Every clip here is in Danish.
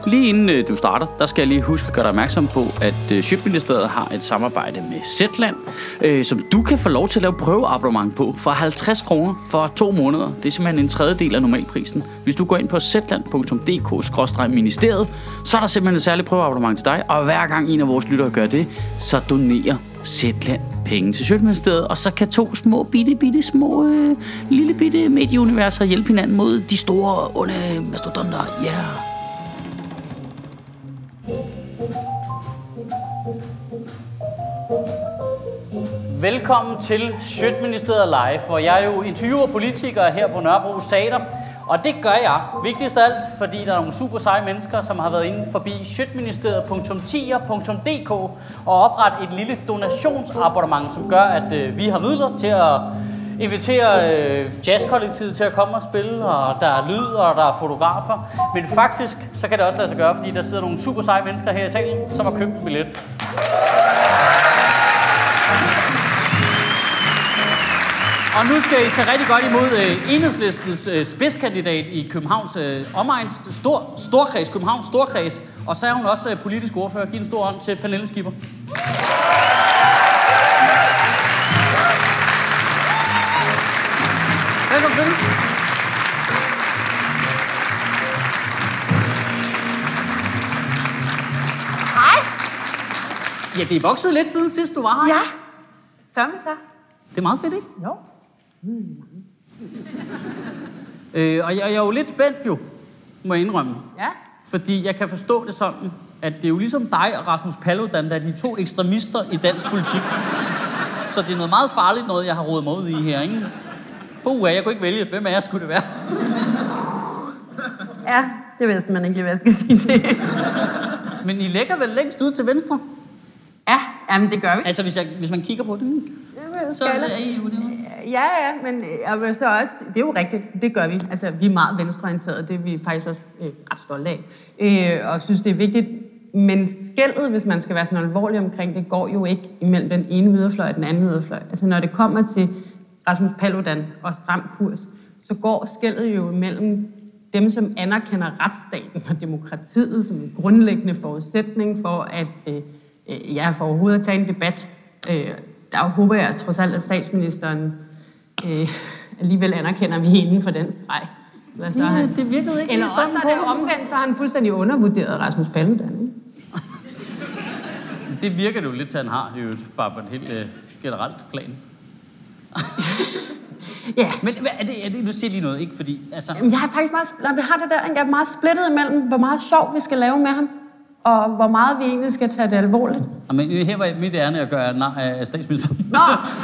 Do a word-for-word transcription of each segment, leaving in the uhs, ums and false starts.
lige inden øh, du starter, der skal jeg lige huske at gøre dig opmærksom på, at øh, Sjøtministeriet har et samarbejde med Zetland, øh, som du kan få lov til at lave prøveabonnement på for halvtreds kroner for to måneder. Det er simpelthen en tredjedel af normalprisen. Hvis du går ind på zetland punktum d k skråstreg ministeriet, så er der simpelthen et særligt prøveabonnement til dig, og hver gang en af vores lyttere gør det, så donerer Zetland penge til Sjøtministeriet, og så kan to små, bitte, bitte, små, øh, lille bitte medieuniverser hjælpe hinanden mod de store, onde mastodonter. Ja. Yeah. Velkommen til Sjøtministeriet Live, hvor jeg jo interviewer politikere her på Nørrebro Teater. Og det gør jeg, vigtigst af alt, fordi der er nogle super seje mennesker, som har været inde forbi sjøtministeriet punktum tier punktum d k og oprettet et lille donationsabonnement, som gør, at øh, vi har midler til at invitere øh, jazzkollektivet til at komme og spille, og der er lyd, og der er fotografer. Men faktisk, så kan det også lade sig gøre, fordi der sidder nogle super seje mennesker her i salen, som har købt en billet. Og nu skal I tage rigtig godt imod øh, Enhedslistens øh, spidskandidat i Københavns øh, omegns stor, storkreds, Københavns Storkreds. Og så er hun også øh, politisk ordfører. Giv en stor hånd til Pernille Skipper. Velkommen til. Hej. Ja, det er vokset lidt siden sidst, du var her. Ja. Så med så. Det er meget fedt, ikke? Jo. Mm. øh, og jeg, jeg er jo lidt spændt, jo, må jeg indrømme. Ja. Fordi jeg kan forstå det sådan, at det er jo ligesom dig og Rasmus Paludan, der er de to ekstremister i dansk politik. Så det er noget meget farligt noget, jeg har rodet mig ud i her, ikke? Puh, jeg kunne ikke vælge. Hvem af jer skulle det være? Ja, det ved jeg simpelthen ikke lige, hvad jeg skal sige til. Men I ligger vel længst ud til venstre? Ja, jamen det gør vi. Altså, hvis, jeg, hvis man kigger på den, ja, så er I jo det. Ja, ja, men jeg vil så også, det er jo rigtigt, det gør vi. Altså, vi er meget venstreorienterede, det er vi faktisk også øh, ret stolte af. Øh, og synes, det er vigtigt. Men skeldet, hvis man skal være sådan alvorlig omkring det, går jo ikke imellem den ene yderfløj og den anden yderfløj. Altså, når det kommer til Rasmus Paludan og stram kurs, så går skeldet jo imellem dem, som anerkender retsstaten og demokratiet som en grundlæggende forudsætning for, at øh, jeg får overhovedet at tage en debat. Øh, der håber jeg trods alt, at statsministeren øh, alligevel anerkender, at vi er inden for den streg. Eller så ja, han, det virkede ikke. eller også er det omvendt, så har han fuldstændig undervurderet Rasmus Paludan. Ikke? Det virker det jo lidt til, han har, jo, bare på et helt øh, generelt plan. Ja. Men er det, er det, du siger lige noget, ikke? Fordi, altså... Jamen, jeg har faktisk meget, vi har det der, jeg er meget splittet imellem, hvor meget sjov vi skal lave med ham, og hvor meget vi egentlig skal tage det alvorligt. Men her var mit ærne at gøre nar af statsministeren. Nå!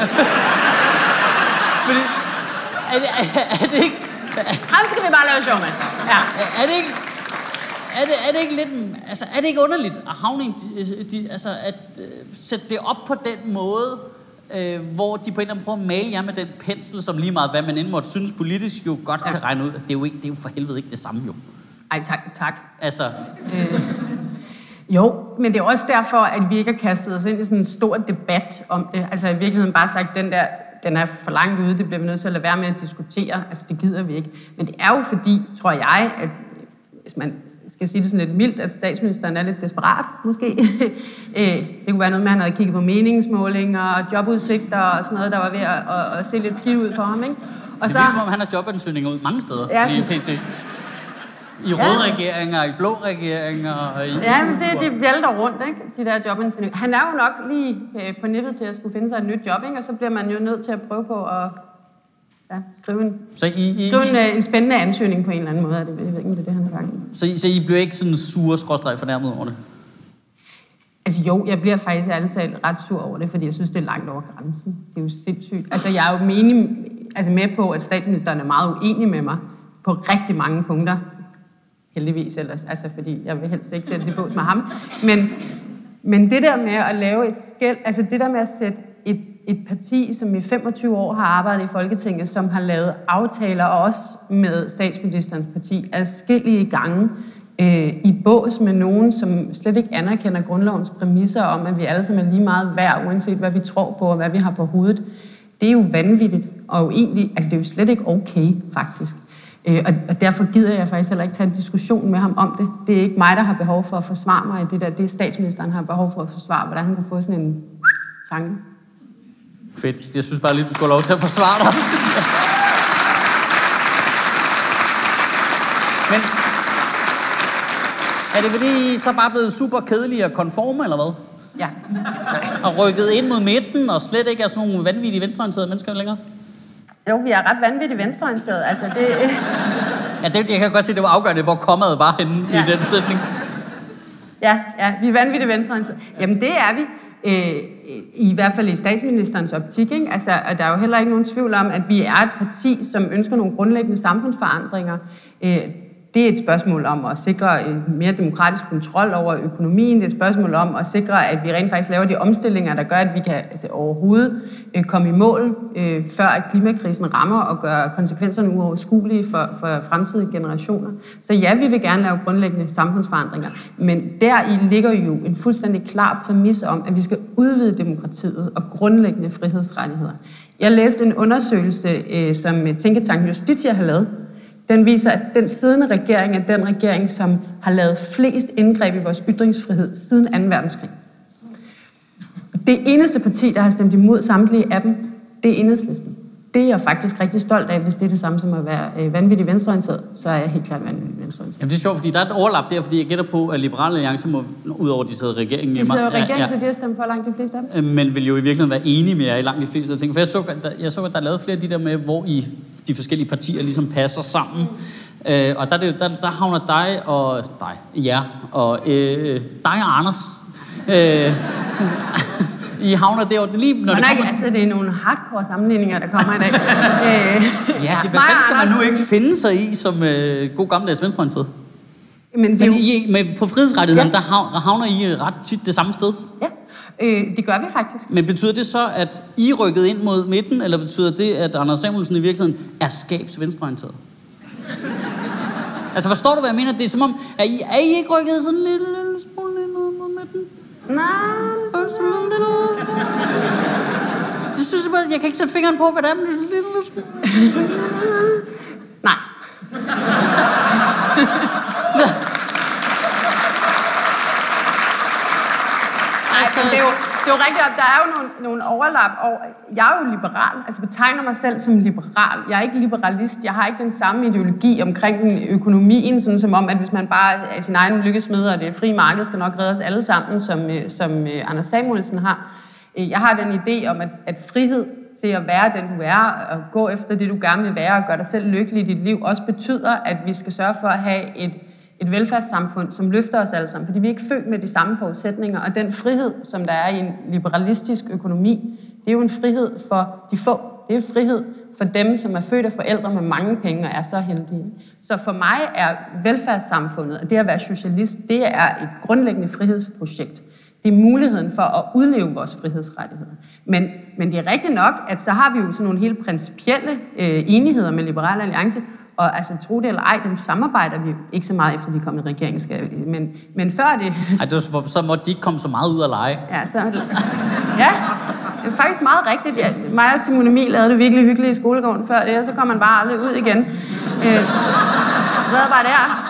Fordi, er det, er, er det ikke... Ham skal vi bare lave sjov med. Ja. Er, er det ikke... Er det, er det ikke lidt... Altså, er det ikke underligt at havne de, de, altså, at uh, sætte det op på den måde, øh, hvor de på en eller anden prøver at male jer med den pensel, som lige meget, hvad man end måtte synes politisk jo godt ja. kan regne ud. Det er jo, ikke, det er jo for helvede ikke det samme, jo. Ej, tak, tak. Altså... Øh, jo, men det er også derfor, at vi ikke har kastet os ind i sådan en stor debat om det. Altså i virkeligheden bare sagt, den der, den er for langt ude, det bliver vi nødt til at lade være med at diskutere. Altså det gider vi ikke. Men det er jo fordi, tror jeg, at hvis man skal sige det sådan lidt mildt, at statsministeren er lidt desperat, måske. Det kunne være noget med, at han havde kigget på meningsmålinger og jobudsigter og sådan noget, der var ved at, at, at se lidt skidt ud for ham, ikke? Og det så, virker som om, han har jobansøgninger ud mange steder ja, i P T. I ja. røde regeringer, i blå regeringer. I ja, men det, det vælter rundt, ikke? De der jobansøgninger. Han er jo nok lige øh, på nippet til at skulle finde sig et nyt job, ikke? Og så bliver man jo nødt til at prøve på at ja, skrive, en, så I, I, skrive en, I, en spændende ansøgning på en eller anden måde. Jeg ved ikke, om det er det, han har gang i. Så I, så I bliver ikke sådan sure skråstreg fornærmet over det? Altså jo, jeg bliver faktisk ærligt talt ret sur over det, fordi jeg synes, det er langt over grænsen. Det er jo sindssygt. Altså jeg er jo menig, altså med på, at statsministeren er meget uenig med mig på rigtig mange punkter. Heldigvis ellers, altså fordi jeg vil helst ikke sætte sig på med ham. Men, men det der med at lave et skel, altså det der med at sætte et, et parti, som i femogtyve år har arbejdet i Folketinget, som har lavet aftaler også med statsministerens parti adskillige gange, øh, i bås med nogen, som slet ikke anerkender grundlovens præmisser om, at vi alle sammen er lige meget værd, uanset hvad vi tror på og hvad vi har på hovedet. Det er jo vanvittigt, og jo egentlig, altså det er jo slet ikke okay, faktisk. Øh, og, og derfor gider jeg faktisk heller ikke tage en diskussion med ham om det. Det er ikke mig, der har behov for at forsvare mig i det der. Det er statsministeren, der har behov for at forsvare, hvordan han kan få sådan en tanke. Fedt. Jeg synes bare lige, du skulle have lov til at forsvare dig. Men er det fordi, I så bare blevet super kedelige og konforme, eller hvad? Ja. Og rykket ind mod midten, og slet ikke er sådan nogle vanvittige venstreorienterede mennesker længere? Jo, vi er ret vanvittigt venstreorienterede. Altså, det... ja, det, jeg kan godt se, at det var afgørende, hvor kommaet var henne ja. i den sætning. Ja, ja, vi er vanvittigt venstreorienterede. Jamen, det er vi. Øh, I hvert fald i statsministerens optik, ikke? Altså, der er jo heller ikke nogen tvivl om, at vi er et parti, som ønsker nogle grundlæggende samfundsforandringer. Øh, Det er et spørgsmål om at sikre en mere demokratisk kontrol over økonomien. Det er et spørgsmål om at sikre, at vi rent faktisk laver de omstillinger, der gør, at vi kan altså, overhovedet øh, komme i mål, øh, før at klimakrisen rammer og gør konsekvenserne uoverskuelige for, for fremtidige generationer. Så ja, vi vil gerne lave grundlæggende samfundsforandringer. Men deri ligger jo en fuldstændig klar præmis om, at vi skal udvide demokratiet og grundlæggende frihedsrettigheder. Jeg læste en undersøgelse, øh, som Tænketanken Justitia har lavet. Den viser, at den siddende regering er den regering, som har lavet flest indgreb i vores ytringsfrihed siden anden verdenskrig. Det eneste parti, der har stemt imod samtlige af dem, det er Enhedslisten. Det er jeg faktisk rigtig stolt af, hvis det er det samme som at være vanvittig venstreorienteret, så er jeg helt klart vanvittig venstreorienteret. Jamen det er sjovt, fordi der er et overlap der, fordi jeg gætter på, at Liberale Alliance må, udover de sidder i regeringen... De sidder i regeringen, ja, så de har stemt for langt de fleste af dem. Men vil jo i virkeligheden være enige med jer i langt de fleste ting. For jeg så, at der, jeg så, at der er lavet flere af de der med, hvor I, de forskellige partier ligesom passer sammen. Mm. Øh, og der, der, der havner dig og... dig, ja, og øh, dig og Anders... Øh, I havner derovre lige, når det kommer... Altså, det er nogle hardcore sammenligninger, der kommer i dag. ja, det, hvad fanden skal man nu ikke finde sig i som øh, god gammeldags venstreorienteret? Men, det Men jo... I, med, på frihedsrettigheden, ja. der havner I ret tit det samme sted? Ja, øh, det gør vi faktisk. Men betyder det så, at I er rykket ind mod midten, eller betyder det, at Anders Samuelsen i virkeligheden er skabs venstreorienteret? Altså, forstår du, hvad jeg mener? Det er som om, er I, er I ikke rykket sådan en lille, lille smule ind mod midten? Nej, det synes jeg bare, jeg kan ikke sætte fingeren på, hvad det er, men det er lidt lidt. Nej. Altså, det er jo, det er jo rigtigt, at der er jo nogle, nogle overlap. Og jeg er jo liberal, altså betegner mig selv som liberal. Jeg er ikke liberalist. Jeg har ikke den samme ideologi omkring den økonomien, sådan som om, at hvis man bare er sin egen lykkesmed, og det frie marked skal nok redde os alle sammen, som, som Anders Samuelsen har. Jeg har den idé om, at, at frihed til at være den, du er, og gå efter det, du gerne vil være, og gøre dig selv lykkelig i dit liv, også betyder, at vi skal sørge for at have et, et velfærdssamfund, som løfter os alle sammen. Fordi vi er ikke født med de samme forudsætninger, og den frihed, som der er i en liberalistisk økonomi, det er jo en frihed for de få. Det er frihed for dem, som er født af forældre med mange penge og er så heldige. Så for mig er velfærdssamfundet, og det at være socialist, det er et grundlæggende frihedsprojekt. Det er muligheden for at udleve vores frihedsrettigheder. Men, men det er rigtigt nok, at så har vi jo sådan nogle helt principielle øh, enigheder med Liberale Alliance, og altså tro det eller ej, dem samarbejder vi ikke så meget efter, de kom i regeringen. Men, men før det... Ej, det var, så måtte de ikke komme så meget ud at lege. Ja, så... Ja, det er faktisk meget rigtigt. Ja, mig og Simone Emil lavede det virkelig hyggeligt i skolegården før det, og så kom man bare aldrig ud igen. Øh, så er bare der.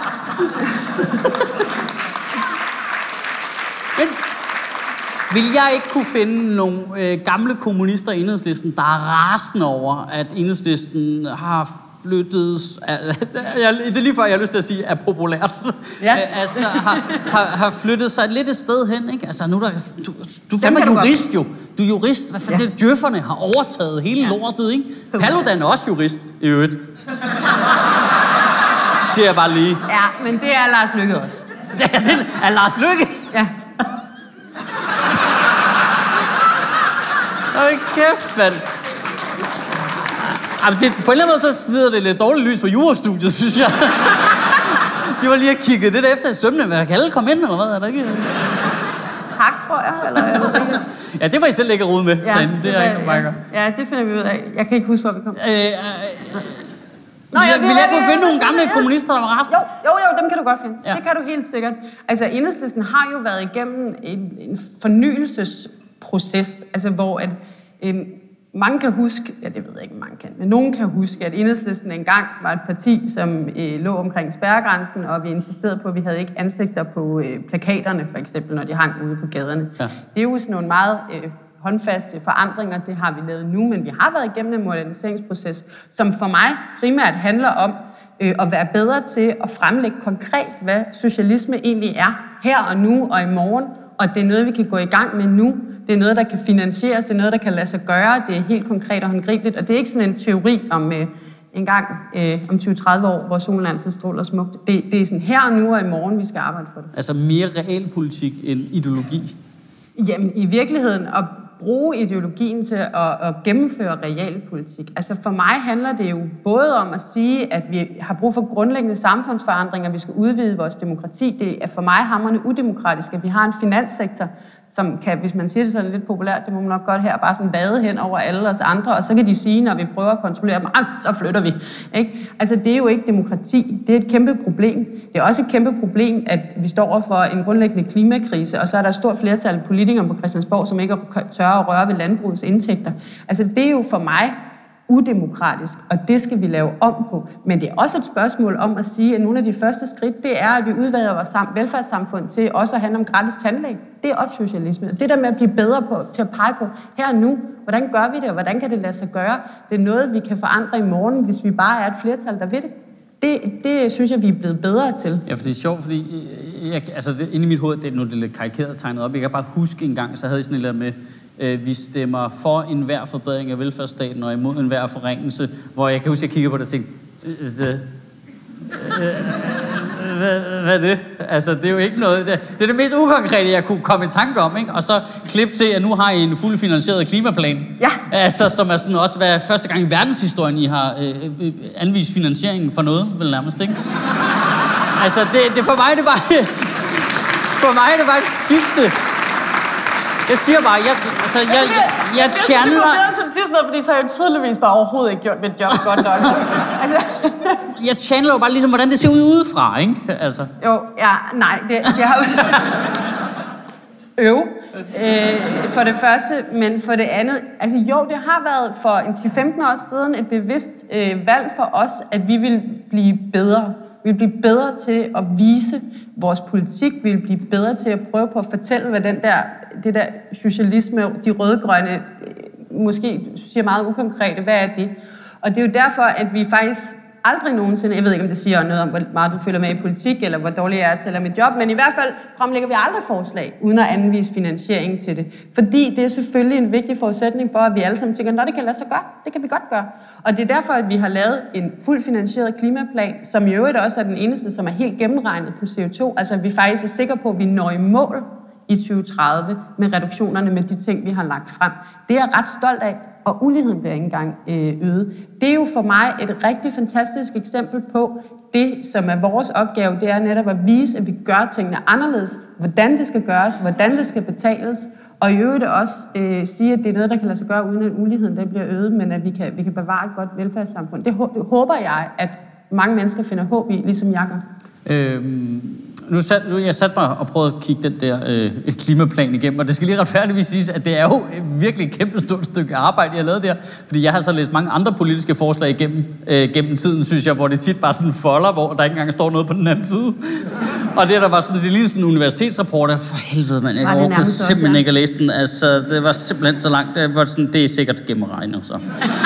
Men vil jeg ikke kunne finde nogle øh, gamle kommunister i Enhedslisten, der er rasende over, at Enhedslisten har flyttet... Øh, det er lige før, jeg har lyst til at sige, er populært. Ja. øh, altså, har, har, har flyttet sig lidt et sted hen, ikke? Altså, nu der... Du, du fandme jurist, jo. Du er jurist. Hvad fanden, ja. Det djøfferne har overtaget hele ja. lortet, ikke? Paludan er også jurist, i øvrigt. Siger jeg bare lige. Ja, men det er Lars Løkke også. Det er, det er Lars Løkke? Ja. Hold kæft, mand. Jamen, det, på en eller anden måde, så smider det lidt dårligt lys på jurastudiet, synes jeg. De var lige at kigge det der efter i sømne. Hvad, kan alle komme ind, eller hvad? Er der ikke? Hak, tror jeg, eller jeg ved ikke. Ja, det var I selv ikke rode med. Ja, det, det er ikke nogen ja, ja, det finder vi ud af. Jeg kan ikke huske, hvor vi kom. Øh, øh, Nå, jeg, vil jeg kunne finde nogle gamle kommunister, der var resten? Jo, jo, jo, dem kan du godt finde. Ja. Det kan du helt sikkert. Altså, Enhedslisten har jo været igennem en, en fornyelsesproces, altså hvor at, øh, mange kan huske, ja det ved jeg ikke, mange kan, men nogen kan huske, at Enhedslisten engang var et parti, som øh, lå omkring spærregrænsen, og vi insisterede på, at vi havde ikke ansigter på øh, plakaterne, for eksempel, når de hang ude på gaderne. Ja. Det er jo sådan nogle meget øh, håndfaste forandringer, det har vi lavet nu, men vi har været igennem en moderniseringsproces, som for mig primært handler om øh, at være bedre til at fremlægge konkret, hvad socialisme egentlig er, her og nu og i morgen, og det er noget, vi kan gå i gang med nu. Det er noget, der kan finansieres, det er noget, der kan lade sig gøre, det er helt konkret og håndgribeligt, og det er ikke sådan en teori om øh, en gang øh, om tyve til tredive år, hvor solen altid stråler smukt. Det, det er sådan her og nu og i morgen, vi skal arbejde for det. Altså mere realpolitik end ideologi? Jamen, i virkeligheden at bruge ideologien til at, at gennemføre realpolitik. Altså for mig handler det jo både om at sige, at vi har brug for grundlæggende samfundsforandringer, vi skal udvide vores demokrati. Det er for mig hamrende udemokratisk, at vi har en finanssektor, som kan, hvis man siger det sådan lidt populært, det må man nok godt her, bare sådan vade hen over alle os andre, og så kan de sige, når vi prøver at kontrollere dem, så flytter vi. Ikke? Altså det er jo ikke demokrati, det er et kæmpe problem. Det er også et kæmpe problem, at vi står over for en grundlæggende klimakrise, og så er der et stort flertal af politikere på Christiansborg, som ikke tør at røre ved landbrugets indtægter. Altså det er jo for mig udemokratisk, og det skal vi lave om på. Men det er også et spørgsmål om at sige, at nogle af de første skridt, det er, at vi udvider vores velfærdssamfund til også at handle om gratis tandlæge. Det er også socialisme. Det der med at blive bedre på, til at pege på her og nu, hvordan gør vi det, og hvordan kan det lade sig gøre? Det er noget, vi kan forandre i morgen, hvis vi bare er et flertal, der ved det. Det, det synes jeg, vi er blevet bedre til. Ja, for det er sjovt, fordi jeg, altså det, inde i mit hoved, det er nu det lidt karikeret tegnet op. Jeg kan bare huske en gang, så havde jeg sådan et eller med, øh, vi stemmer for enhver forbedring af velfærdsstaten og imod enhver forringelse, hvor jeg kan huske, at jeg kigger på det og tænkte, øh, øh, hvad, hvad er det? Altså, det er jo ikke noget. Det, det er det mest ukonkrete, jeg kunne komme i tanke om, ikke? Og så klip til, at nu har I en fuldt finansieret klimaplan. Ja. Altså, som er sådan også hvad, første gang i verdenshistorien, I har øh, øh, anvist finansieringen for noget, vel nærmest, ikke? Altså, det, det for mig, det var for mig, det var et skifte. Jeg siger bare, jeg, altså, jeg, jeg, jeg channeler... Det er bedre, som siger sådan noget, fordi så har jeg jo tydeligvis bare overhovedet ikke gjort mit job godt nok. Altså... Jeg channeler jo bare ligesom, hvordan det ser ud udefra, ikke? Altså. Jo, ja, nej, det, det har jo... Øv, øh, for det første, men for det andet... Altså jo, det har været for en ti til femten år siden et bevidst øh, valg for os, at vi vil blive bedre. Vi vil blive bedre til at vise vores politik. Vi vil blive bedre til at prøve på at fortælle, hvad den der, det der socialisme, de rødgrønne, måske siger meget ukonkrete, hvad er det? Og det er jo derfor, at vi faktisk aldrig nogensinde, jeg ved ikke, om det siger noget om, hvor meget du følger med i politik, eller hvor dårlig jeg er til at lave mit job, men i hvert fald fremlægger vi aldrig forslag, uden at anvise finansiering til det. Fordi det er selvfølgelig en vigtig forudsætning for, at vi alle sammen tænker, nå, det kan lade sig gøre, det kan vi godt gøre. Og det er derfor, at vi har lavet en fuldt finansieret klimaplan, som i øvrigt også er den eneste, som er helt gennemregnet på C O to. Altså, vi faktisk er sikre på, at vi når i mål i tyve tredive med reduktionerne med de ting, vi har lagt frem. Det er jeg ret stolt af, og uligheden bliver ikke engang øh, øget. Det er jo for mig et rigtig fantastisk eksempel på det, som er vores opgave, det er netop at vise, at vi gør tingene anderledes, hvordan det skal gøres, hvordan det skal betales, og i øvrigt også øh, sige, at det er noget, der kan lade sig gøre, uden at uligheden der bliver øget, men at vi kan, vi kan bevare et godt velfærdssamfund. Det håber jeg, at mange mennesker finder håb i, ligesom jeg gør. Øhm, nu sat, nu jeg sat mig og prøvede at kigge den der øh, klimaplan igennem, og det skal lige retfærdigvis siges, at det er jo virkelig et kæmpe stort stykke arbejde, jeg har lavet der, fordi jeg har så læst mange andre politiske forslag igennem, øh, gennem tiden, synes jeg, hvor det tit bare sådan folder, hvor der ikke engang står noget på den anden side. Og det der var sådan, det lige sådan en universitetsrapport, for helvede, man, jeg overhovedet simpelthen også, ja. Ikke at læse den, altså, det var simpelthen så langt, det var sådan, det er sikkert gennemregnet, så.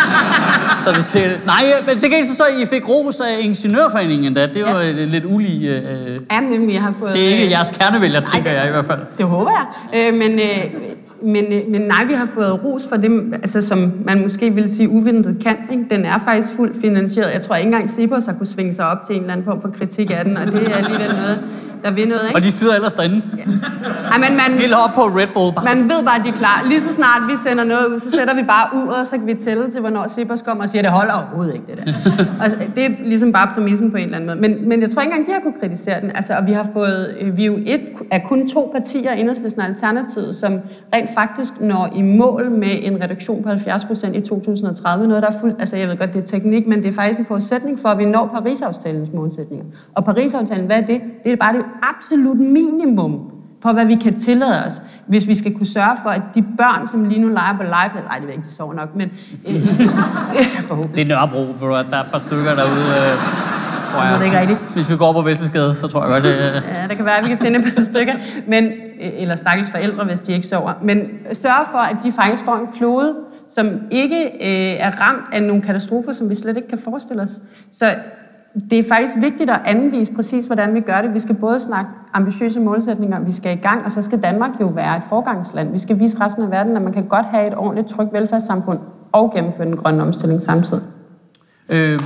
Så det siger, nej, men til gengæld så I fik ros af Ingeniørforeningen da. Det var ja. lidt ulige... Øh, Jamen, vi har fået... Det er ikke jeres kernevælger, tænker jeg i hvert fald. Det håber jeg. Øh, men, øh, men, øh, men nej, vi har fået ros for det, altså, som man måske ville sige uventet kan. Ikke? Den er faktisk fuldt finansieret. Jeg tror ikke engang Cepos har kunne svinge sig op til en eller anden form for kritik af den, og det er alligevel noget... Der vil noget, ikke? Og de sidder ellers derinde. Ja. Ej, men man, helt op på Red Bull. Bare. Man ved bare, at de er klar. Lige så snart vi sender noget ud, så sætter vi bare uret, og så kan vi tælle til, hvornår Cepos kommer og siger, at det holder overhovedet ikke, det der. Og det er ligesom bare præmissen på en eller anden måde. Men, men jeg tror ikke engang, de har kunne kritisere den. Altså, og vi har fået, vi er jo et af kun to partier, Enhedslisten og Alternativet, som rent faktisk når i mål med en reduktion på halvfjerds procent i to tusind og tredive. Noget, der er fuldt, altså jeg ved godt, det er teknik, men det er faktisk en forudsætning for, at vi når Paris-aftalens målsætninger. Og Paris-aftalen, hvad er det? Det er bare det absolut minimum, for hvad vi kan tillade os, hvis vi skal kunne sørge for, at de børn, som lige nu leger på legeplads, nej, det er ikke, de sover nok, men øh, forhåbentlig. Det er Nørrebro, for der er et par stykker derude, øh, tror jeg. Det er ikke rigtigt. Hvis vi går på Veslesgade, så tror jeg godt, det... Øh... Ja, det kan være, at vi kan finde et par stykker, men, eller stakkels forældre, hvis de ikke sover. Men sørge for, at de faktisk får en klode, som ikke øh, er ramt af nogle katastrofer, som vi slet ikke kan forestille os. Så det er faktisk vigtigt at anvise præcis, hvordan vi gør det. Vi skal både snakke ambitiøse målsætninger, vi skal i gang, og så skal Danmark jo være et forgangsland. Vi skal vise resten af verden, at man kan godt have et ordentligt, trygt velfærdssamfund og gennemføre den grønne omstilling samtidig. Øh...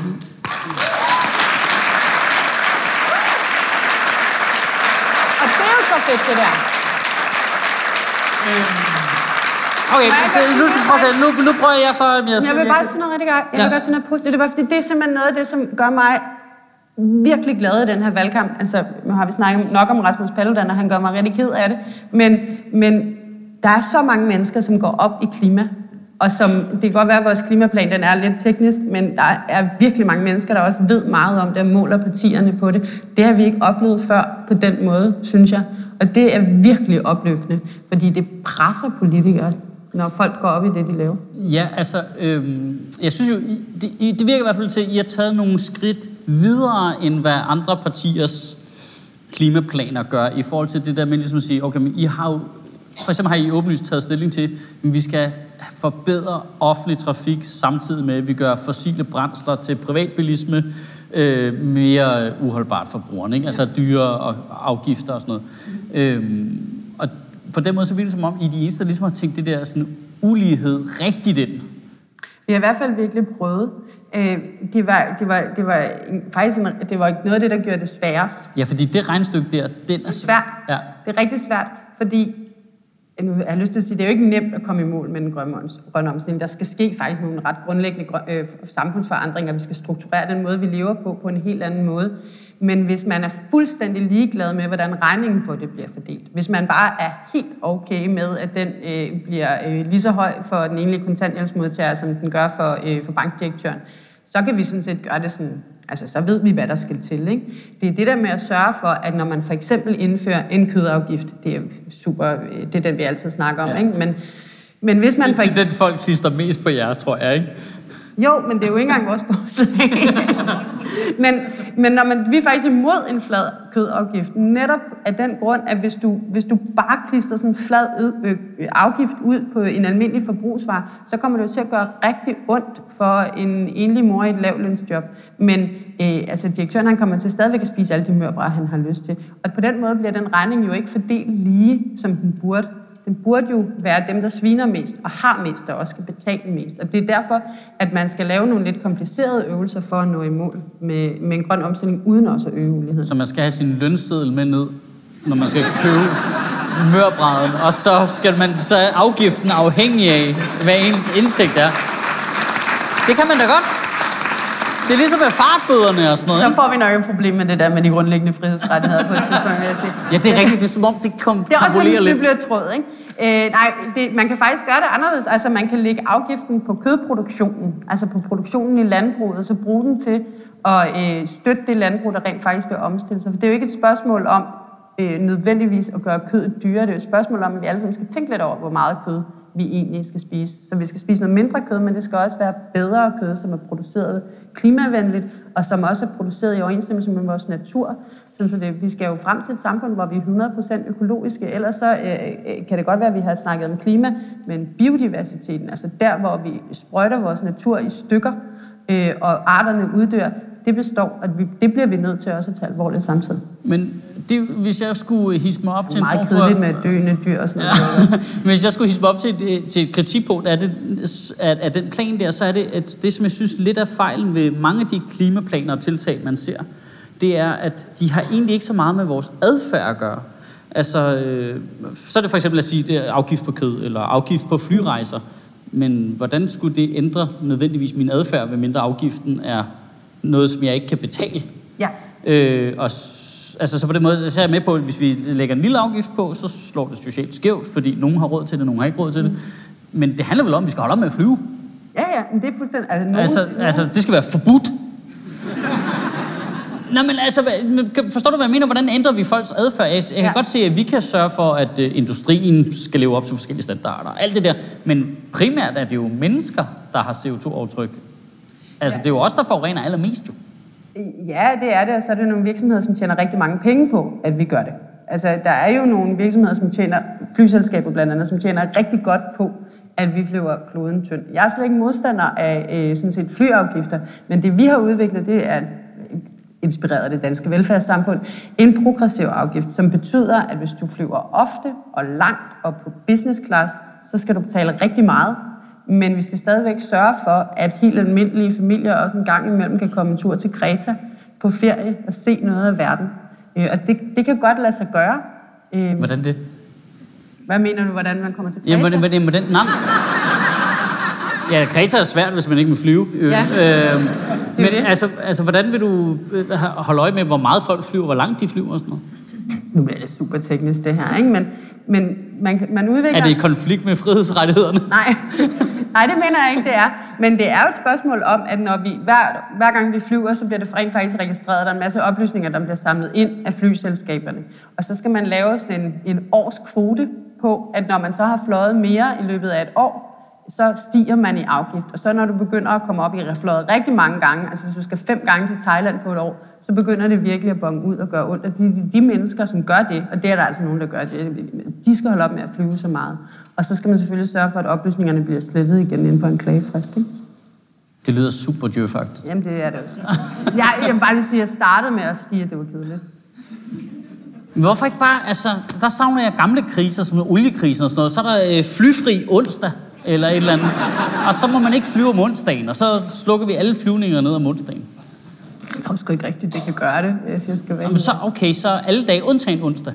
Og det er jo så fedt, det der. Øh... Okay, så nu, nu, nu prøver jeg så... Jeg, jeg vil bare sige noget rigtig godt. Jeg vil ja. godt sige noget positivt. Det var, fordi det er simpelthen noget af det, som gør mig virkelig glad i den her valgkamp. Altså, nu har vi snakket nok om Rasmus Paludan, og han gør mig rigtig ked af det. Men, men der er så mange mennesker, som går op i klima. Og som, det kan godt være, at vores klimaplan den er lidt teknisk, men der er virkelig mange mennesker, der også ved meget om det, og måler partierne på det. Det har vi ikke oplevet før på den måde, synes jeg. Og det er virkelig opløftende, fordi det presser politikere, når folk går op i det, de laver. Ja, altså, øhm, jeg synes jo, det, det virker i hvert fald til, at I har taget nogle skridt videre, end hvad andre partiers klimaplaner gør, i forhold til det der med ligesom at sige, okay, men I har jo, for eksempel har I åbenlyst taget stilling til, at vi skal forbedre offentlig trafik, samtidig med, at vi gør fossile brændsler til privatbilisme øh, mere uholdbart for brugerne, ikke? Altså dyre og afgifter og sådan noget. Mm. Øhm, og på den måde så virker det som om, I er de eneste, der ligesom har tænkt det der sådan ulighed rigtigt ind. Vi har i hvert fald virkelig prøvet. Øh, det, var, det, var, det, var faktisk en, det var ikke noget af det, der gjorde det sværest. Ja, fordi det regnstykke der, den er svært. Ja. Det er rigtig svært, fordi nu har jeg lyst til at sige, det er jo ikke nemt at komme i mål med den grønne omstilling. Der skal ske faktisk nogle ret grundlæggende øh, samfundsforandringer. Vi skal strukturere den måde, vi lever på, på en helt anden måde. Men hvis man er fuldstændig ligeglad med, hvordan regningen for det bliver fordelt, hvis man bare er helt okay med, at den øh, bliver øh, lige så høj for den enlige kontanthjælpsmodtager, som den gør for, øh, for bankdirektøren, så kan vi sådan set gøre det sådan, altså så ved vi, hvad der skal til, ikke? Det er det der med at sørge for, at når man for eksempel indfører en kødafgift, det er super, det er den, vi altid snakker om, ja. Ikke? Men, men hvis man for eksempel... Det er den, folk klister mest på jer, tror jeg, ikke? Jo, men det er jo ikke engang vores forslag. men, men når man, vi er faktisk imod en flad kødafgift, netop af den grund, at hvis du, hvis du bare klister sådan en flad øh, afgift ud på en almindelig forbrugsvare, så kommer det jo til at gøre rigtig ondt for en enlig mor i et lavlønsjob. Men øh, altså, direktøren han kommer til stadigvæk at spise alle de mørbrad, han har lyst til. Og på den måde bliver den regning jo ikke fordelt lige, som den burde. Den burde jo være dem, der sviner mest og har mest, der også skal betale mest. Og det er derfor, at man skal lave nogle lidt komplicerede øvelser for at nå i mål med, med en grøn omstilling, uden også at øge uligheden. Så man skal have sin lønseddel med ned, når man skal købe mørbraden, og så skal man så er afgiften afhængig af, hvad ens indtægt er. Det kan man da godt. Det er ligesom med fartbøderne og sådan noget. Så får vi nok et problem med det der med de grundlæggende frihedsrettigheder på et tidspunkt, vil jeg sige. Ja, det er rigtigt. Det er som om, det kom Det er også lidt en sniblet tråd, ikke? Øh, nej, det, man kan faktisk gøre det anderledes. Altså, man kan lægge afgiften på kødproduktionen, altså på produktionen i landbruget, og så bruge den til at øh, støtte det landbrug, der rent faktisk vil omstille sig. For det er jo ikke et spørgsmål om øh, nødvendigvis at gøre kødet dyrere. Det er jo et spørgsmål om, at vi alle sammen skal tænke lidt over, hvor meget kød vi egentlig skal spise. Så vi skal spise noget mindre kød, men det skal også være bedre kød, som er produceret klimavenligt, og som også er produceret i overensstemmelse med vores natur. Så det, vi skal jo frem til et samfund, hvor vi er hundrede procent økologiske. Ellers så øh, kan det godt være, at vi har snakket om klima, men biodiversiteten, altså der, hvor vi sprøjter vores natur i stykker, øh, og arterne uddør, det består, og vi, det bliver vi nødt til også at tage alvorligt samtidig. Men det, hvis jeg skulle hisse mig op til en form for... meget kedeligt med døende dyr og sådan noget. Men hvis jeg skulle hisse mig op til et, til et kritikpunkt af, det, af, af den plan der, så er det, at det, som jeg synes lidt af fejlen ved mange af de klimaplaner og tiltag, man ser, det er, at de har egentlig ikke så meget med vores adfærd at gøre. Altså, øh, så er det for eksempel at sige, det er afgift på kød, eller afgift på flyrejser. Men hvordan skulle det ændre nødvendigvis min adfærd, ved mindre afgiften er noget, som jeg ikke kan betale? Ja. Øh, og altså, så på den måde, så er jeg med på, at hvis vi lægger en lille afgift på, så slår det socialt skævt, fordi nogen har råd til det, nogen har ikke råd til det. Men det handler vel om, at vi skal holde op med at flyve? Ja, ja, men det er fuldstændig... Altså, nogen, altså, nogen... altså det skal være forbudt. Nej, men altså, forstår du, hvad jeg mener? Hvordan ændrer vi folks adfærd? Jeg kan ja. godt se, at vi kan sørge for, at uh, industrien skal leve op til forskellige standarder. Alt det der. Men primært er det jo mennesker, der har C O to aftryk. Altså, ja. Det er jo os, der forurener allermest jo. Ja, det er det, og så er det nogle virksomheder, som tjener rigtig mange penge på, at vi gør det. Altså, der er jo nogle virksomheder, som tjener, flyselskaber blandt andet, som tjener rigtig godt på, at vi flyver kloden tynd. Jeg er slet ikke modstander af øh, sådan set flyafgifter, men det vi har udviklet, det er inspireret af det danske velfærdssamfund, en progressiv afgift, som betyder, at hvis du flyver ofte og langt og på business class, så skal du betale rigtig meget. Men vi skal stadigvæk sørge for, at helt almindelige familier også en gang imellem kan komme en tur til Kreta på ferie og se noget af verden. Og det, det kan godt lade sig gøre. Hvordan det? Hvad mener du, hvordan man kommer til Kreta? Jamen, hvordan, hvordan, hvordan, nej. Ja, Kreta er svært, hvis man ikke må flyve. Ja, øh, men altså, altså, hvordan vil du holde øje med, hvor meget folk flyver, hvor langt de flyver og sådan noget? Nu bliver det super teknisk, det her, ikke? Men, men man, man udvikler... Er det i konflikt med frihedsrettighederne? Nej. Nej, det mener jeg ikke, det er. Men det er jo et spørgsmål om, at når vi, hver, hver gang vi flyver, så bliver det rent faktisk registreret. Der er en masse oplysninger, der bliver samlet ind af flyselskaberne. Og så skal man lave sådan en, en års kvote på, at når man så har fløjet mere i løbet af et år, så stiger man i afgift. Og så når du begynder at komme op i at fløjet rigtig mange gange, altså hvis du skal fem gange til Thailand på et år, så begynder det virkelig at bonge ud og gøre ondt. Og de, de, de mennesker, som gør det, og det er der altså nogen, der gør det, de skal holde op med at flyve så meget. Og så skal man selvfølgelig sørge for, at oplysningerne bliver slettet igen inden for en klagefrist. Ikke? Det lyder super djøfagtigt. Jamen, det er det også. Jeg, jeg vil bare lige sige, at jeg startede med at sige, at det var kedeligt. Hvorfor ikke bare, altså, der savner jeg gamle kriser, som oliekrisen og sådan noget. Så er der øh, flyfri onsdag, eller et eller andet. Og så må man ikke flyve om onsdagen, og så slukker vi alle flyvninger ned om onsdagen. Jeg tror sgu ikke rigtigt, det kan gøre det, hvis jeg skal være. Jamen så, okay, så alle dage undtagen onsdag.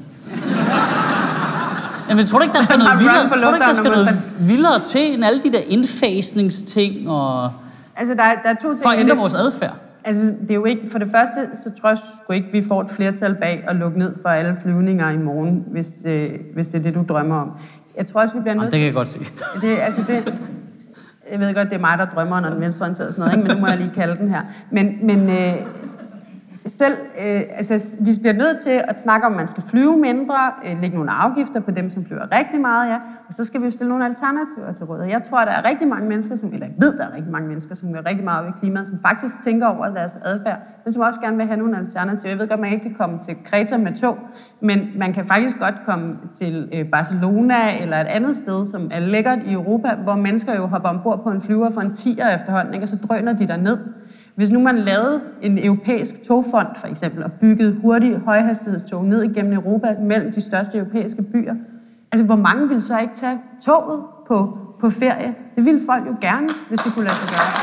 Jamen, tror du ikke, der skal noget vildere, tror du ikke, der skal noget vildere til, end alle de der indfasningsting og... Altså, der, der er to ting... For at ændre vores adfærd. Altså, det er jo ikke... For det første, så tror jeg sgu ikke, vi får et flertal bag at lukke ned for alle flyvninger i morgen, hvis det, hvis det er det, du drømmer om. Jeg tror også, vi bliver nødt til... Det kan jeg godt se. Det, altså, det... Jeg ved godt, det er mig, der drømmer, når den venstreorienterede sådan noget, ikke? Men nu må jeg lige kalde den her. Men... men øh, Selv, øh, altså, vi bliver nødt til at snakke om, at man skal flyve mindre, øh, lægge nogle afgifter på dem, som flyver rigtig meget, ja. Og så skal vi jo stille nogle alternativer til råd. Jeg tror, der er rigtig mange mennesker, som, eller jeg ved, der er rigtig mange mennesker, som går rigtig meget op i klimaet, som faktisk tænker over deres adfærd, men som også gerne vil have nogle alternativer. Jeg ved godt, man ikke kan komme til Kreta med tog, men man kan faktisk godt komme til øh, Barcelona eller et andet sted, som er lækkert i Europa, hvor mennesker jo hopper ombord på en flyver for en tier efterhånden, ikke? Og så drøner de der ned. Hvis nu man lavede en europæisk togfond, for eksempel, og byggede hurtige højhastighedstog ned igennem Europa mellem de største europæiske byer, altså hvor mange ville så ikke tage toget på, på ferie? Det ville folk jo gerne, hvis det kunne lade sig gøre.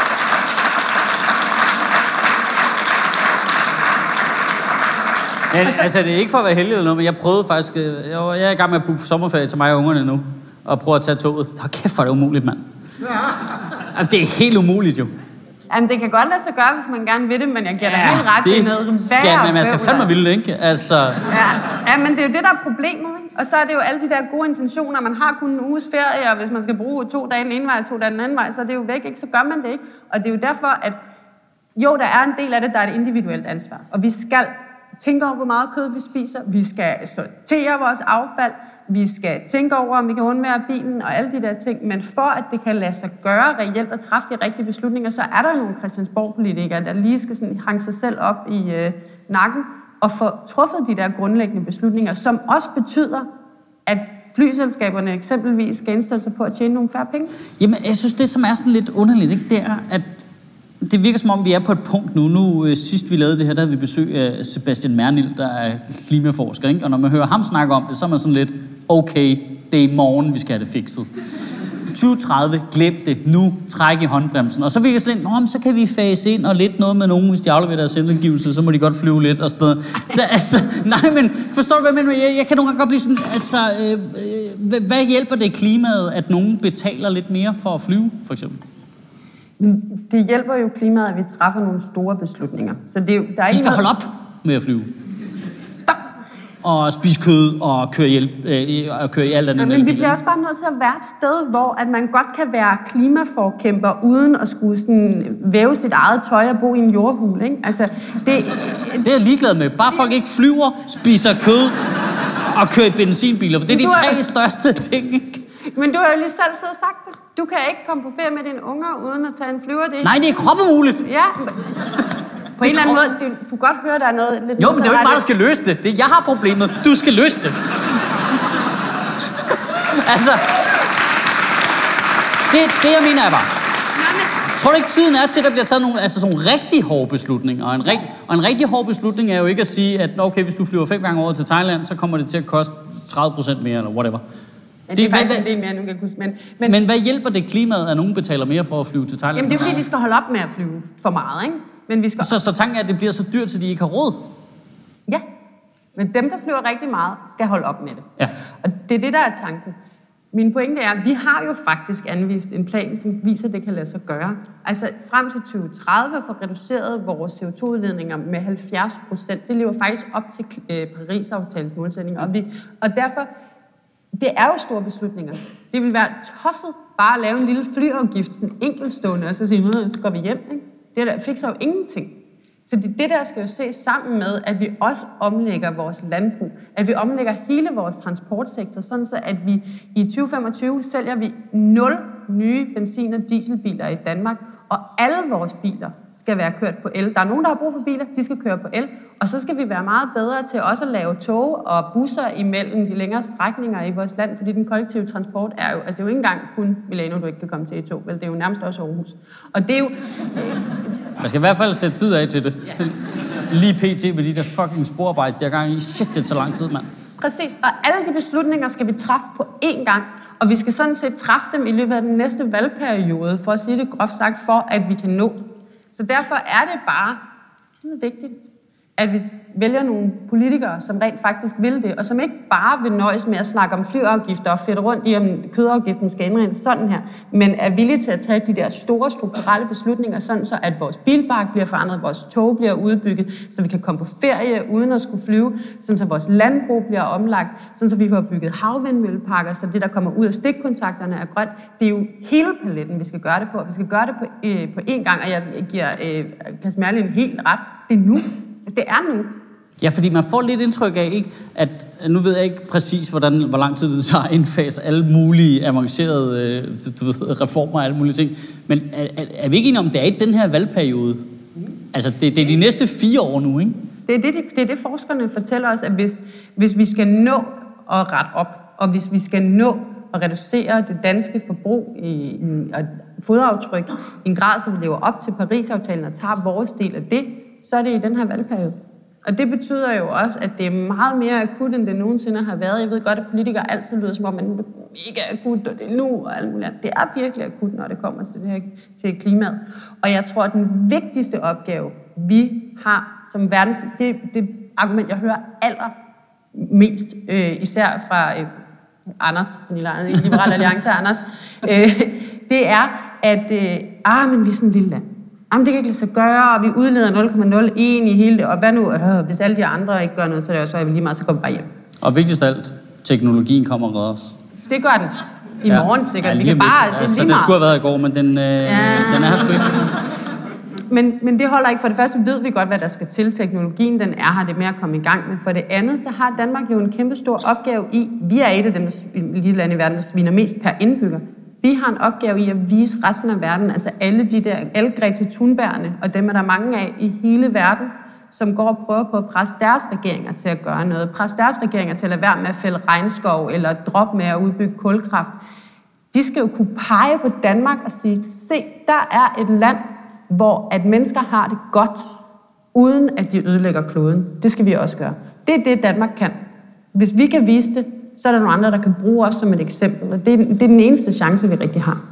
Ja, altså, det er ikke for at være heldig eller noget, men jeg prøvede faktisk... Jeg, var, jeg er i gang med at booke sommerferie til mig og ungerne nu, og prøve at tage toget. Hold kæft, hvor er det umuligt, mand. Ja. Det er helt umuligt, jo. Jamen, det kan godt lade sig gøre, hvis man gerne vil det, men jeg giver dig ja, helt ret i noget skal, men man skal fandme ville det, ikke? Altså... Ja. ja, men det er jo det, der er problemet, ikke? Og så er det jo alle de der gode intentioner. Man har kun en uges ferie, og hvis man skal bruge to dage den ene vej og to dage den anden vej, så er det jo væk, ikke? Så gør man det ikke. Og det er jo derfor, at jo, der er en del af det, der er et individuelt ansvar. Og vi skal tænke over, hvor meget kød vi spiser. Vi skal sortere vores affald. Vi skal tænke over, om vi kan undvære bilen og alle de der ting. Men for at det kan lade sig gøre reelt at træffe de rigtige beslutninger, så er der nogle Christiansborg-politikere, der lige skal sådan hænge sig selv op i øh, nakken og få truffet de der grundlæggende beslutninger, som også betyder, at flyselskaberne eksempelvis skal indstille sig på at tjene nogle færre penge. Jamen, jeg synes, det som er sådan lidt underligt, ikke, det er, at det virker som om, vi er på et punkt nu. Nu øh, sidst vi lavede det her, der havde vi besøg af Sebastian Mernil, der er klimaforsker, ikke? Og når man hører ham snakke om det, så er man sådan lidt, okay, det er i morgen, vi skal have det fikset. tyve tredive, glem det, nu, træk i håndbremsen. Og så virker det sådan lidt, nå, så kan vi fase ind og lidt noget med nogen, hvis de afleverer deres selvangivelse, så må de godt flyve lidt og sådan noget. Der, altså, nej, men forstår du, hvad jeg mener? Jeg, jeg kan nogle gange godt blive sådan, altså, øh, øh, hvad hjælper det klimaet, at nogen betaler lidt mere for at flyve, for eksempel? Det hjælper jo klimaet, at vi træffer nogle store beslutninger. Så det er jo, der er de skal noget... holde op med at flyve. Stop. og spise kød og køre, hjælp, øh, og køre i alt andet. Ja, men vi bliver også bare nødt til at være et sted, hvor at man godt kan være klimaforkæmper, uden at skulle sådan væve sit eget tøj og bo i en jordhule, ikke? Altså, det... det er jeg ligeglad med. Bare folk ikke flyver, spiser kød og kører i benzinbiler, for det er de tre er... største ting, ikke? Men du har jo lige selv siddet og sagt det. Du kan ikke komme på ferie med dine unger, uden at tage en flyver. Det... Nej, det er kroppumuligt. Ja, på en eller anden måde, du, du kan godt høre, der er noget lidt... Jo, men det er jo ikke mig, der skal løse det. Det er, jeg har problemet. Du skal løse det. altså... Det, det jeg mener er bare... Tror du ikke, tiden er til, at der bliver taget nogle, altså sådan nogle rigtig hårde beslutninger? Og en, rig, og en rigtig hård beslutning er jo ikke at sige, at okay, hvis du flyver fem gange over til Thailand, så kommer det til at koste tredive procent mere, eller whatever. Ja, det er faktisk en del mere, nu kan huske. Men, men, men hvad hjælper det klimaet, at nogen betaler mere for at flyve til Thailand? Jamen det er fordi, de skal holde op med at flyve for meget, ikke? Men vi skal... Så, så tanken er, at det bliver så dyrt, at de ikke har råd? Ja, men dem, der flyver rigtig meget, skal holde op med det. Ja. Og det er det, der er tanken. Min pointe er, at vi har jo faktisk anvist en plan, som viser, at det kan lade sig gøre. Altså frem til tyve tredive får reduceret vores C O to udledninger med halvfjerds procent. Det lever faktisk op til øh, Paris-aftalens målsætninger. Og, vi, og derfor, det er jo store beslutninger. Det vil være tosset bare at lave en lille flyafgift, sådan enkeltstående, og så sige, så går vi hjem. Ikke? Det der fikser jo ingenting. Fordi det der skal jo ses sammen med, at vi også omlægger vores landbrug. At vi omlægger hele vores transportsektor, sådan så at vi i tyve femogtyve sælger vi nul nye benzin- og dieselbiler i Danmark. Og alle vores biler skal være kørt på el. Der er nogen, der har brug for biler, de skal køre på el. Og så skal vi være meget bedre til også at lave tog og busser imellem de længere strækninger i vores land. Fordi den kollektive transport er jo, altså det er jo ikke engang kun Milano, du ikke kan komme til i tog. Vel, det er jo nærmest også Aarhus. Og det er jo... Øh, Man skal i hvert fald sætte tid af til det. Ja. Lige pt. med de der fucking sporarbejde, der gang i. Shit, det er så lang tid, mand. Præcis, og alle de beslutninger skal vi træffe på én gang. Og vi skal sådan set træffe dem i løbet af den næste valgperiode, for at sige det groft sagt, for at vi kan nå. Så derfor er det bare skide vigtigt, at vi vælger nogle politikere, som rent faktisk vil det, og som ikke bare vil nøjes med at snakke om flyafgifter og fedt rundt i, om kødafgiften skal indrettes sådan her, men er villige til at tage de der store strukturelle beslutninger, sådan så at vores bilpark bliver forandret, vores tog bliver udbygget, så vi kan komme på ferie uden at skulle flyve, sådan så vores landbrug bliver omlagt, sådan så vi får bygget havvindmølleparker, så det, der kommer ud af stikkontakterne, er grønt. Det er jo hele paletten, vi skal gøre det på, og vi skal gøre det på, øh, på én gang, og jeg giver øh, Kasper Merlin helt ret. Det er nu. Det er nu. Ja, fordi man får lidt indtryk af, ikke, at nu ved jeg ikke præcis, hvordan, hvor lang tid det tager at indfase alle mulige avancerede øh, du ved, reformer og alle mulige ting. Men er, er, er vi ikke enige om, det er i den her valgperiode? Altså, det, det er de næste fire år nu, ikke? Det er det, det, er det forskerne fortæller os, at hvis, hvis vi skal nå at rette op, og hvis vi skal nå at reducere det danske forbrug i, i, og fodaftryk i en grad, så vi lever op til Paris-aftalen og tager vores del af det, så er det i den her valgperiode. Og det betyder jo også, at det er meget mere akut, end det nogensinde har været. Jeg ved godt, at politikere altid lyder som om, at det er mega akut, og det er nu, og alt muligt. Det er virkelig akut, når det kommer til det her til klimaet. Og jeg tror, at den vigtigste opgave, vi har som verdens... Det, det argument, jeg hører allermest, øh, især fra øh, Anders, Liberal Alliance Anders, øh, det er, at øh, ah, men vi er sådan et lille land. Jamen, det kan ikke lade sig gøre, og vi udleder nul komma nul en i hele det, og hvad nu, øh, hvis alle de andre ikke gør noget, så er det også, at vi lige meget, så går vi bare hjem. Og vigtigst af alt, teknologien kommer og redder os. Det gør den. I ja. morgen sikkert. Ja, vi kan bare, det er altså, den skulle have været i går, men den, øh, ja. den er her sgu ikke. Men, men det holder ikke. For det første ved vi godt, hvad der skal til. Teknologien, den er her, det med at komme i gang. Men for det andet, så har Danmark jo en kæmpe stor opgave i, vi er et af dem lille lande i verden, der sviner mest per indbygger. Vi har en opgave i at vise resten af verden, altså alle de der, alle Greta Thunberg'erne, og dem er der mange af i hele verden, som går og prøver på at presse deres regeringer til at gøre noget. Presse deres regeringer til at lade være med at fælde regnskov, eller droppe med at udbygge kulkraft. De skal jo kunne pege på Danmark og sige, se, der er et land, hvor at mennesker har det godt, uden at de ødelægger kloden. Det skal vi også gøre. Det er det, Danmark kan. Hvis vi kan vise det, så er der nogle andre, der kan bruge os som et eksempel. Og det er, det er den eneste chance, vi rigtig har.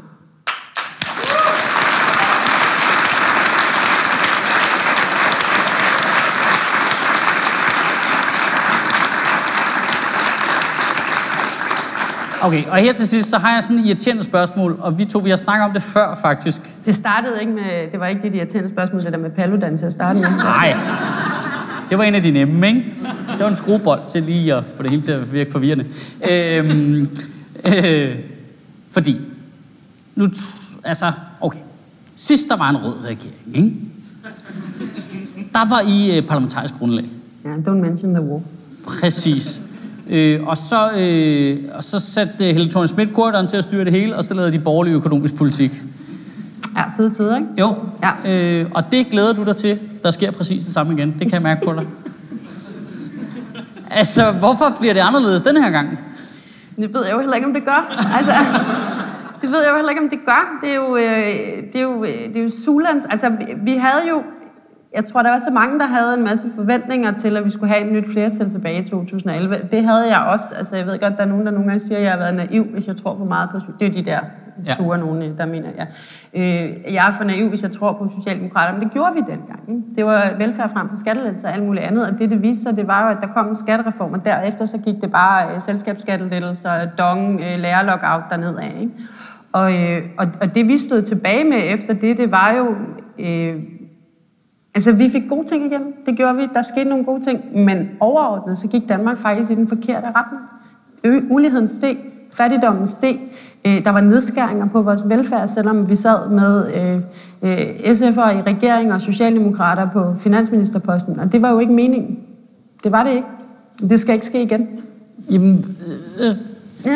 Okay, og her til sidst, så har jeg sådan et irriterende spørgsmål, og vi to, vi har snakket om det før, faktisk. Det startede ikke med, det var ikke det irriterende spørgsmål, det der med Paludan til at starte med. Nej, det var en af de nemme, ikke? Det var en skruebold til lige at få det hele til at virke forvirrende. Øhm, øh, fordi, nu, altså, okay. Sidst der var en rød regering, ikke? Der var I øh, parlamentarisk grundlag. Ja, yeah, don't mention the war. Præcis. Øh, og, så, øh, og så satte Helle Thorning-Schmidt til at styre det hele, og så lavede de borgerlig økonomisk politik. Ja, fede tider, ikke? Jo, ja. øh, og det glæder du dig til. Der sker præcis det samme igen. Det kan jeg mærke på dig. Altså, hvorfor bliver det anderledes den her gang? Det ved jeg jo heller ikke, om det gør. Altså, det ved jeg jo heller ikke, om det gør. Det er jo, øh, det er jo, det er jo Sulans. Altså, vi, vi havde jo... Jeg tror, der var så mange, der havde en masse forventninger til, at vi skulle have et nyt flertal tilbage i to tusind og elleve. Det havde jeg også. Altså, jeg ved godt, der er nogen, der nogle gange siger, at jeg har været naiv, hvis jeg tror for meget på... Det er jo de der sure ja. nogen, der mener jeg. Øh, jeg er for naiv, hvis jeg tror på Socialdemokraterne. Men det gjorde vi dengang. Ikke? Det var velfærd frem for skattelettelser og alt muligt andet. Og det, det viste sig, det var jo, at der kom en skattereform, og derefter så gik det bare øh, selskabsskattelettelser, dong, øh, lærerlockout dernedad. Ikke? Og, øh, og, og det, vi stod tilbage med efter det, det var jo... Øh, Altså, vi fik gode ting igennem. Det gjorde vi. Der skete nogle gode ting. Men overordnet, så gik Danmark faktisk i den forkerte retning. Ø- uligheden steg. Fattigdommen steg. Øh, der var nedskæringer på vores velfærd, selvom vi sad med øh, øh, S F'ere i regering og socialdemokrater på finansministerposten. Og det var jo ikke meningen. Det var det ikke. Det skal ikke ske igen. Jamen... Øh. Ja.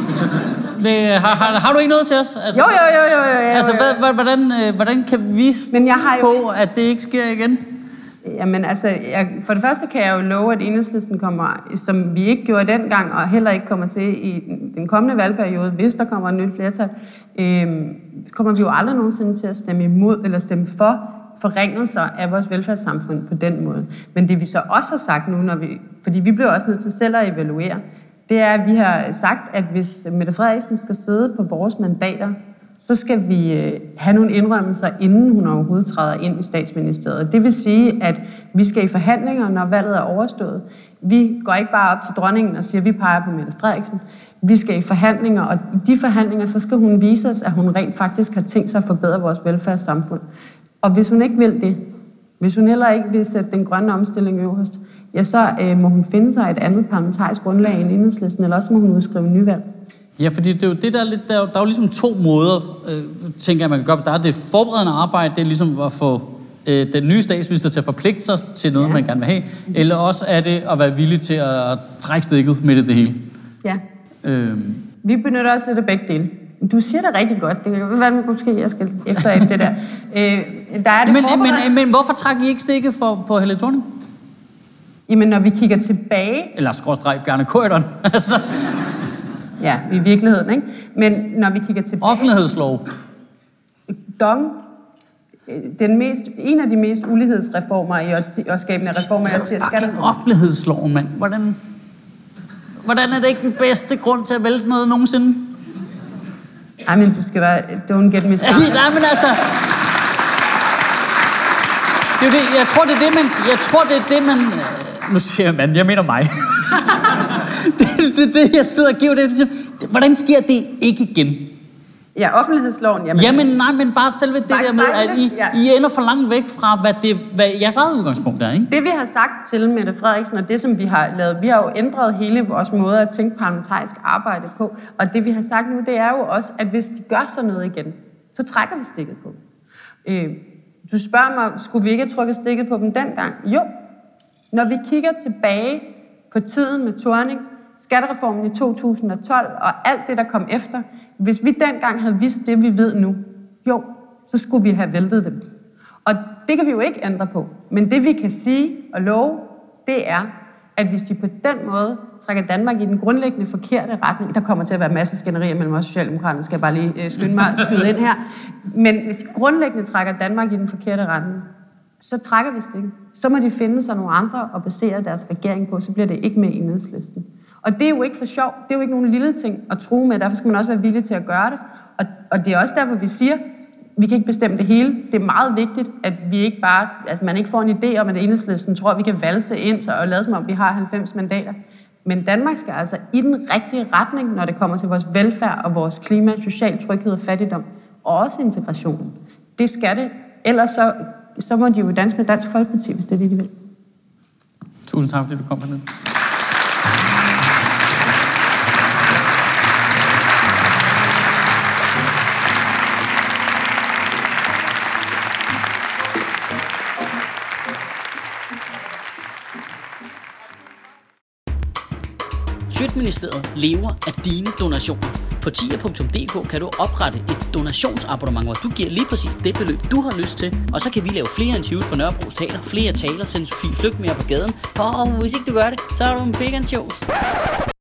Det, har, har, har du ikke noget til os? Altså, jo, jo, jo, jo, jo, jo. Altså, hvad, hvordan, hvordan kan vi vise Men jeg har jo... på, at det ikke sker igen? Jamen altså, jeg, for det første kan jeg jo love, at Enhedslisten kommer, som vi ikke gjorde dengang, og heller ikke kommer til i den kommende valgperiode, hvis der kommer et nyt flertal, øh, kommer vi jo aldrig nogensinde til at stemme imod eller stemme for forringelser af vores velfærdssamfund på den måde. Men det vi så også har sagt nu, når vi, fordi vi bliver også nødt til selv at evaluere, det er, at vi har sagt, at hvis Mette Frederiksen skal sidde på vores mandater, så skal vi have nogle indrømmelser, inden hun overhovedet træder ind i statsministeriet. Det vil sige, at vi skal i forhandlinger, når valget er overstået. Vi går ikke bare op til dronningen og siger, at vi peger på Mette Frederiksen. Vi skal i forhandlinger, og i de forhandlinger, så skal hun vise os, at hun rent faktisk har tænkt sig at forbedre vores velfærdssamfund. Og hvis hun ikke vil det, hvis hun heller ikke vil sætte den grønne omstilling øverst, ja, så øh, må hun finde sig et andet parlamentarisk grundlag end Enhedslisten, eller også må hun udskrive nyvalg. Ja, fordi det er jo det, der er lidt, der er jo, der er jo ligesom to måder, øh, tænker jeg, man kan gøre. Der er det forberedende arbejde, det er ligesom at få øh, den nye statsminister til at forpligte sig til noget, ja. man gerne vil have, eller også er det at være villig til at trække stikket midt i det hele. Ja. Øhm. Vi benytter også lidt af begge dele. Du siger det rigtig godt. Det kan være, måske jeg skal efter det der. Øh, der er det men, men, men hvorfor træk I ikke stikket for, på Helle Thorning? Jamen, når vi kigger tilbage... Eller skråstreg Bjarne Corydon. altså... Ja, i virkeligheden, ikke? Men når vi kigger tilbage... Offentlighedslov. Dong, den mest, en af de mest ulighedsreformer i at skabende reformer i årtier. Fucking offentlighedslov, mand. Hvordan, hvordan er det ikke den bedste grund til at vælte noget nogensinde? Ej, men du skal være... Don't get me started. Nej, men altså... Det er det, jeg tror, det er det, man... Jeg tror, det er det, man... Nu siger jeg, mand, jeg mener mig. det er det, det, jeg sidder og giver det. Hvordan sker det ikke igen? Ja, offentlighedsloven, jamen... Jamen nej, men bare selve det der med, at I, ja. I ender for langt væk fra, hvad, det, hvad jeres eget udgangspunkt er, ikke? Det vi har sagt til Mette Frederiksen, og det som vi har lavet, vi har jo ændret hele vores måde at tænke parlamentarisk arbejde på, og det vi har sagt nu, det er jo også, at hvis de gør sådan noget igen, så trækker vi stikket på. Øh, du spørger mig, skulle vi ikke have trykket stikket på dem dengang? Jo. Når vi kigger tilbage på tiden med Thorning, skattereformen i to tusind og tolv og alt det, der kom efter, hvis vi dengang havde vidst det, vi ved nu, jo, så skulle vi have væltet dem. Og det kan vi jo ikke ændre på. Men det, vi kan sige og love, det er, at hvis de på den måde trækker Danmark i den grundlæggende forkerte retning, der kommer til at være masser af skænderier mellem os socialdemokraterne, skal jeg bare lige øh, skynde mig at skyde ind her. Men hvis de grundlæggende trækker Danmark i den forkerte retning, så trækker vi stikket. Så må de finde sig nogle andre og basere deres regering på, så bliver det ikke med i Enhedslisten. Og det er jo ikke for sjov. Det er jo ikke nogen lille ting at true med. Derfor skal man også være villig til at gøre det. Og, og det er også derfor, vi siger, vi kan ikke bestemme det hele. Det er meget vigtigt, at vi ikke bare, at man ikke får en idé om, at Enhedslisten tror, at vi kan valse ind og lade som om, vi har halvfems mandater. Men Danmark skal altså i den rigtige retning, når det kommer til vores velfærd og vores klima, social tryghed og fattigdom. Og også integration. Det skal det. Ellers så, så må de jo danse med Dansk Folkeparti, hvis det er det, de vil. Tusind tak, fordi du kom herned. Sjøtministeriet lever af dine donationer. På tier punktum d k kan du oprette et donationsabonnement, hvor du giver lige præcis det beløb, du har lyst til. Og så kan vi lave flere interviews på Nørrebro Teater, flere taler, sende Sofie Flygt mere på gaden. Og hvis ikke du gør det, så er du en vegan shows.